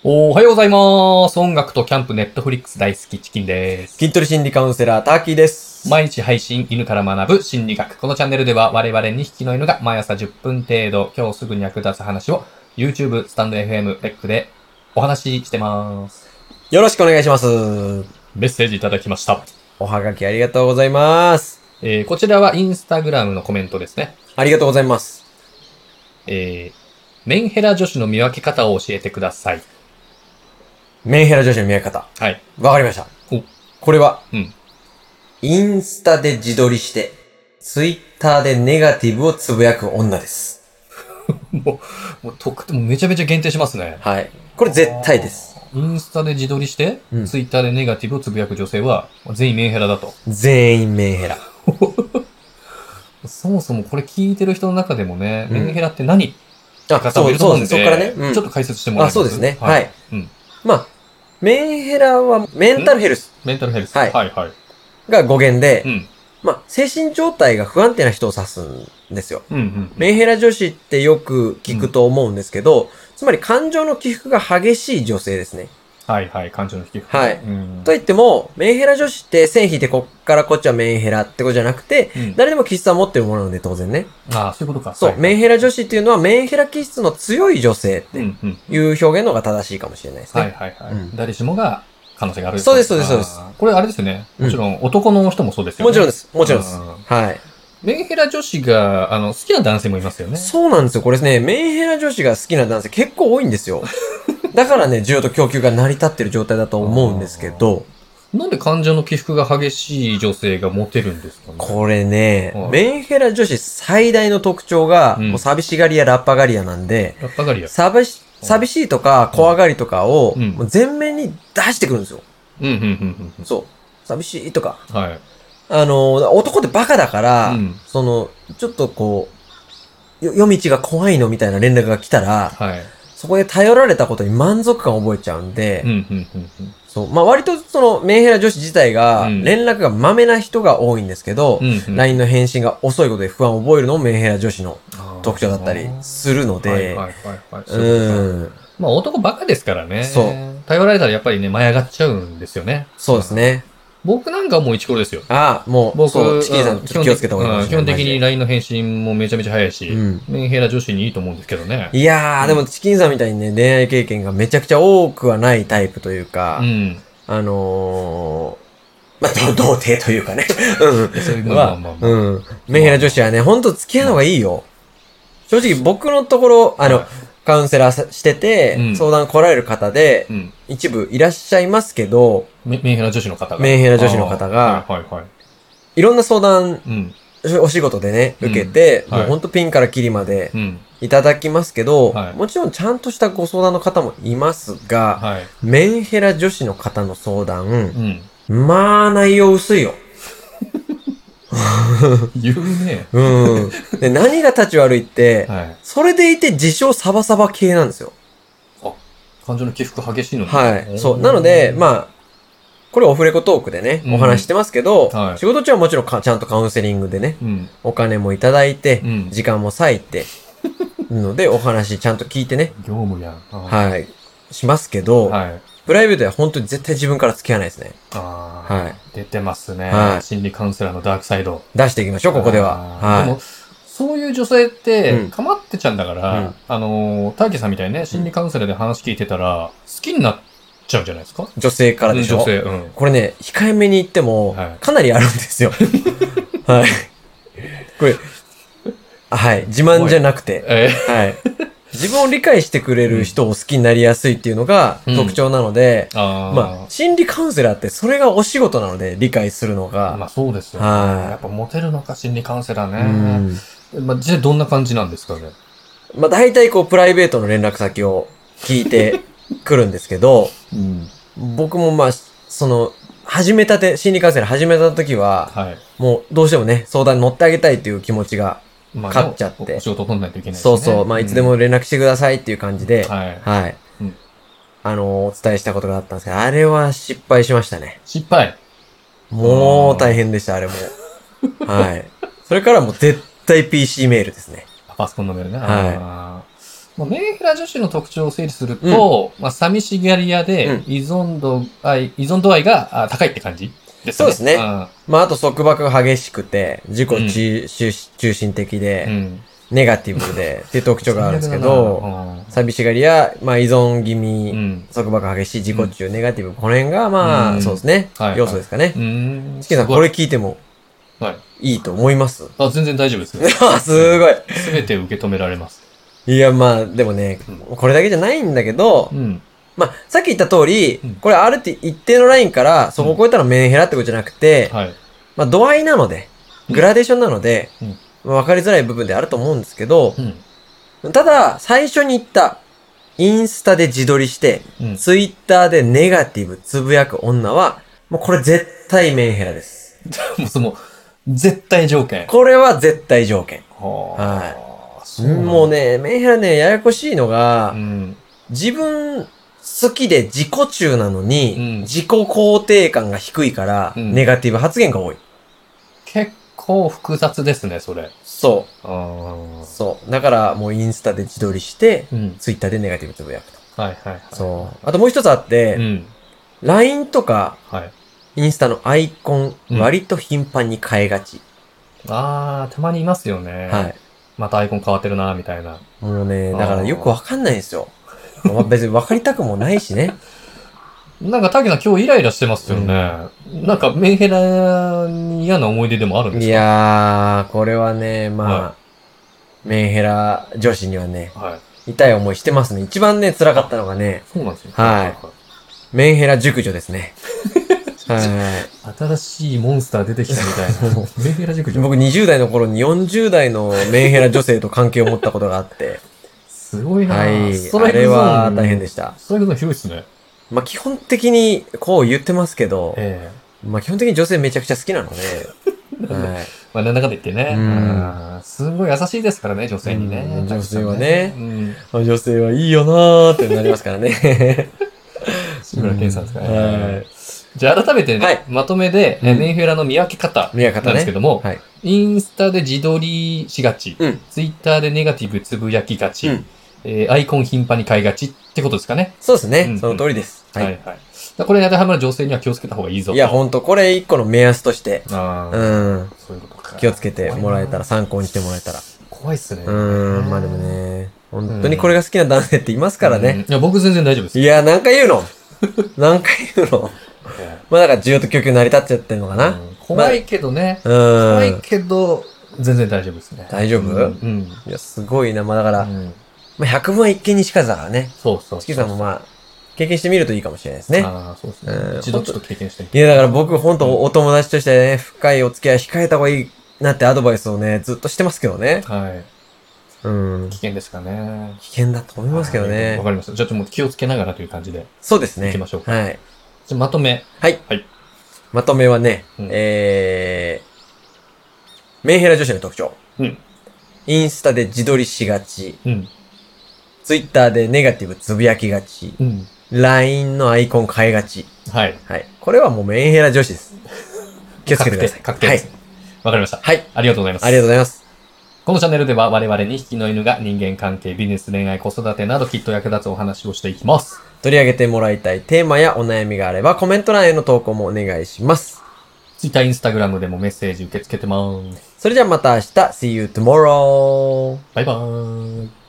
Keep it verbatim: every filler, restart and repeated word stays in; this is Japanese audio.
おはようございます。音楽とキャンプ、ネットフリックス大好きチキンです。 筋トレ心理カウンセラー、ターキーです。 毎日配信、犬から学ぶ心理学。このチャンネルでは我々にひきの犬が毎朝じゅっぷん程度、今日すぐに役立つ話を YouTube、スタンド エフエム、レックでお話ししてます。 よろしくお願いします。 メッセージいただきました。 おはがきありがとうございます。 えー、こちらはインスタグラムのコメントですね。 ありがとうございます。 えー、メンヘラ女子の見分け方を教えてください。 メンヘラ女子の見分け方。 はい。 わかりました。 お、 これは、 うん。 インスタで自撮りして、ツイッターでネガティブをつぶやく女です。 もう、もう、とく、もうめちゃめちゃ限定しますね。 はい。これ絶対です。 インスタで自撮りして、 うん、 ツイッターでネガティブをつぶやく女性は、全員メンヘラだと。 全員メンヘラ。 そもそもこれ聞いてる人の中でもね、うん、メンヘラって何って方もいるとそう思うんで、 そうそこからね、 うん、ちょっと解説してもらいます。 あ、そうですね。はい。はい、 うん。 まあ、メンヘラはメンタルヘルス。 メンタルヘルス。 はい。 はいはい。 が語源で、 うん。 まあ、精神状態が不安定な人を指すんですよ。 うんうんうん、 メンヘラ女子ってよく聞くと思うんですけど、うん、つまり感情の起伏が激しい女性ですね。 はいはい、感情の起伏。 はい。 うん、 と言っても、メンヘラ女子って線引いてこっからこっちはメンヘラってことじゃなくて、うん、誰でも気質は持ってるものなので当然ね。 ああ、そういうことか。 そう、はいはい、メンヘラ女子っていうのはメンヘラ気質の強い女性っていう表現の方が正しいかもしれないですね。 はいはいはい。うん、誰しもが可能性がある。 そうです、そうです、そうです。 これあれですよね。もちろん男の人もそうですよね。 もちろんです。もちろんです。はい。 メンヘラ女子が、あの、好きな男性もいますよね。 そうなんですよ。これですね、メンヘラ女子が好きな男性結構多いんですよ。だからね、需要と供給が成り立ってる状態だと思うんですけど。 なんで感情の起伏が激しい女性がモテるんですかね。 これね、はい、メンヘラ女子最大の特徴が、うん、もう寂しがり屋、ラッパがり屋なんで、 ラッパがり屋寂し、寂しいとか怖がりとかを、もう全面に出してくるんですよ。 うん、うん、うん、うん。 そう。寂しいとか。 はい。 あの、男ってバカだから、うん、その、ちょっとこう、夜道が怖いのみたいな連絡が来たら、はい、そこで頼られたことに満足感を覚えちゃうんで、うんうんうんうん、そう。まあ、割とそのメンヘラ女子自体が、連絡がまめな人が多いんですけど、うんうん、ライン の返信が遅いことで不安を覚えるのもメンヘラ女子の特徴だったりするので、 うん。まあ、男バカですからね。そう。頼られたらやっぱりね、舞い上がっちゃうんですよね。 そうですね。 僕なんかもう一頃ですよ。 ああ、もう、僕、そうチキンさんちょっと気をつけた方がいいかもしれない。 基本的に ライン の返信もめちゃめちゃ早いし、うん、メンヘラ女子にいいと思うんですけどね。 いやー、うん、でもチキンさんみたいにね、恋愛経験がめちゃくちゃ多くはないタイプというか、うん、あのー、まあ、童貞というかね。うん。そういうまあまあまあ、まあ。うん。メンヘラ女子はね、ほんと付き合うのがいいよ。正直僕のところ、あの、はい、カウンセラーしてて、うん、相談来られる方で、うん、一部いらっしゃいますけど、 メンヘラ女子の方が。 メンヘラ女子の方が、はいはいはい、いろんな相談、うん、お仕事でね、受けて、うんはい、もうほんとピンからキリまで、いただきますけど、はい、もちろんちゃんとしたご相談の方もいますが、はい、メンヘラ女子の方の相談、うん、まあ内容薄いよ。 言うね。 うん。で、何が立ち悪いって、はい、それでいて自称サバサバ系なんですよ。 あ、感情の起伏激しいのね。 はい。そう。なので、まあ、これオフレコトークでね、お話してますけど、うんはい、仕事中はもちろんかちゃんとカウンセリングでね、うん、お金もいただいて、うん、時間も割いて、ので、お話ちゃんと聞いてね。 業務やん。 はい。しますけど、はい、プライベートでは本当に絶対自分から付き合わないですね。 ああ。はい。出てますね。はい。心理カウンセラーのダークサイド。 出していきましょう、ここでは。はい。でも、 そういう女性って、かまってちゃんだから、うん、あのー、ターキーさんみたいにね、心理カウンセラーで話聞いてたら、好きになっちゃうんじゃないですか？ 女性からでしょ？ 女性、うん。 これね、控えめに言っても、はい、かなりあるんですよ。はい。これ、はい。自慢じゃなくて、えー、はい。自分を理解してくれる人を好きになりやすいっていうのが特徴なので、うん、あまあ、心理カウンセラーってそれがお仕事なので理解するのが。 まあそうですよね。はい。やっぱモテるのか心理カウンセラーね。うん、まあ実際どんな感じなんですかね。 まあ大体こうプライベートの連絡先を聞いてくるんですけど、うん、僕もまあ、その、始めたて、心理カウンセラー始めた時は、はい、もうどうしてもね、相談に乗ってあげたいっていう気持ちが、勝っちゃって。 お仕事取んないといけないですね。そうそう。まあ、いつでも連絡してくださいっていう感じで、うん、はい。はい。うん、あの、お伝えしたことがあったんですけど、あれは失敗しましたね。 失敗もう大変でした、あれも。はい。それからもう絶対 ピーシー メールですね。 パソコンのメールね。 はまあ、メンヘラ女子の特徴を整理すると、うん、まあ、寂しがり屋で、依存度愛、依存度合いが高いって感じですね。 そうですね。うん、まあ、あと束縛が激しくて、自己中,、うん、中心的で、うん、ネガティブで、っていう特徴があるんですけど、うん、寂しがり屋、まあ、依存気味、うん、束縛激しい、自己中、うん、ネガティブ、この辺が、まあ、うん、そうですね、はいはい。要素ですかね。チキンさん、これ聞いても、はい。いいと思います？ あ、全然大丈夫ですよ。 すごい。 すべて受け止められます。 いや、まあ、でもね、うん、これだけじゃないんだけど、うん、まあ、さっき言った通り、うん、これある一定のラインから、そこを超えたらメンヘラってことじゃなくて、うん、はい、まあ、度合いなので、グラデーションなので、うん、まあ、分かりづらい部分であると思うんですけど、うん、ただ、最初に言った、インスタで自撮りして、うん、ツイッターでネガティブつぶやく女は、もうこれ絶対メンヘラです。 もうその、絶対条件。 これは絶対条件。はい。もうね、メンヘラね、ややこしいのが、うん、自分好きで自己中なのに、うん、自己肯定感が低いから、うん、ネガティブ発言が多い。 結構複雑ですね、それ。 そう。そう。だからもうインスタで自撮りして、うん、ツイッターでネガティブつぶやくと。はいはいはい。そう。あともう一つあって、うん、ライン とか、はい、インスタのアイコン、割と頻繁に変えがち。 あー、たまにいますよね。はい。またアイコン変わってるなみたいな。 もうね、だからよくわかんないんですよ。まあ、別にわかりたくもないしね。 なんか、タキさん今日イライラしてますよね。うん、なんか、メンヘラに嫌な思い出でもあるんですか？ いやー、これはね、まあ、はい、メンヘラ女子にはね、はい、痛い思いしてますね。一番ね、辛かったのがね、 そうなんですね。 はい。メンヘラ熟女ですね。はい。 新しいモンスター出てきたみたいな。メンヘラ熟女。 僕にじゅう代の頃によんじゅう代のメンヘラ女性と関係を持ったことがあって。 すごいなはい。あれは大変でした。 ストライクゾーン広いっすね。 まあ基本的にこう言ってますけど、ええ、まあ基本的に女性めちゃくちゃ好きなので。 はい。まあなんだかんだ言ってね。うん。すごい優しいですからね、女性にね。 女性はね。うん。女性はいいよなーってなりますからね。 志村けんさんですかね。はい。じゃあ改めてね、はい、まとめで、うん、メンヘラの見分け方なんですけども、ね、はい、インスタで自撮りしがち、うん、ツイッターでネガティブつぶやきがち、うん、えー、アイコン頻繁に変えがちってことですかね。 そうですね。うんうん、その通りです。 はい。はいはい。これ当てはまる女性には気をつけた方がいいぞと。 いや、ほんと、これ一個の目安として、あうん。そういうことか。気をつけてもらえたら、参考にしてもらえたら。 怖いっすね。 うん。まあでもね、本当にこれが好きな男性っていますからね。うん、いや、僕全然大丈夫です。 いや、何回言うの何回言うのまあだから需要と供給成り立っちゃってんのかな、うん、 怖いけどね。まあ、怖いけど、全然大丈夫ですね。 大丈夫、うん、うん。いや、すごいな。まあだから、うん、まあひゃくぶんは一見にしかずだからね。 そうそうそう。 チキさんもまあ、経験してみるといいかもしれないですね。 ああ、そうですね。うん、一度ちょっと経験してみて。いや、だから僕本当お友達としてね、深いお付き合い控えた方がいいなってアドバイスをね、ずっとしてますけどね。はい。うん。 危険ですかね。 危険だと思いますけどね。 わかりました。じゃあちょっと気をつけながらという感じで。 そうですね。 行きましょうか。 はい。 じゃあまとめ。 はい。はい。まとめはね、うん、えー、メンヘラ女子の特徴。うん。インスタで自撮りしがち。うん。ツイッターでネガティブつぶやきがち。うん。ライン のアイコン変えがち。はい。はい。これはもうメンヘラ女子です。気をつけてください。 確定です。はい。わかりました。はい。ありがとうございます。 ありがとうございます。 このチャンネルでは我々にひきの犬が人間関係、ビジネス、恋愛、子育てなどきっと役立つお話をしていきます。 取り上げてもらいたいテーマやお悩みがあればコメント欄への投稿もお願いします。 Twitter、Instagram でもメッセージ受け付けてます。 それじゃあまた明日。See you tomorrow! バイバーイ。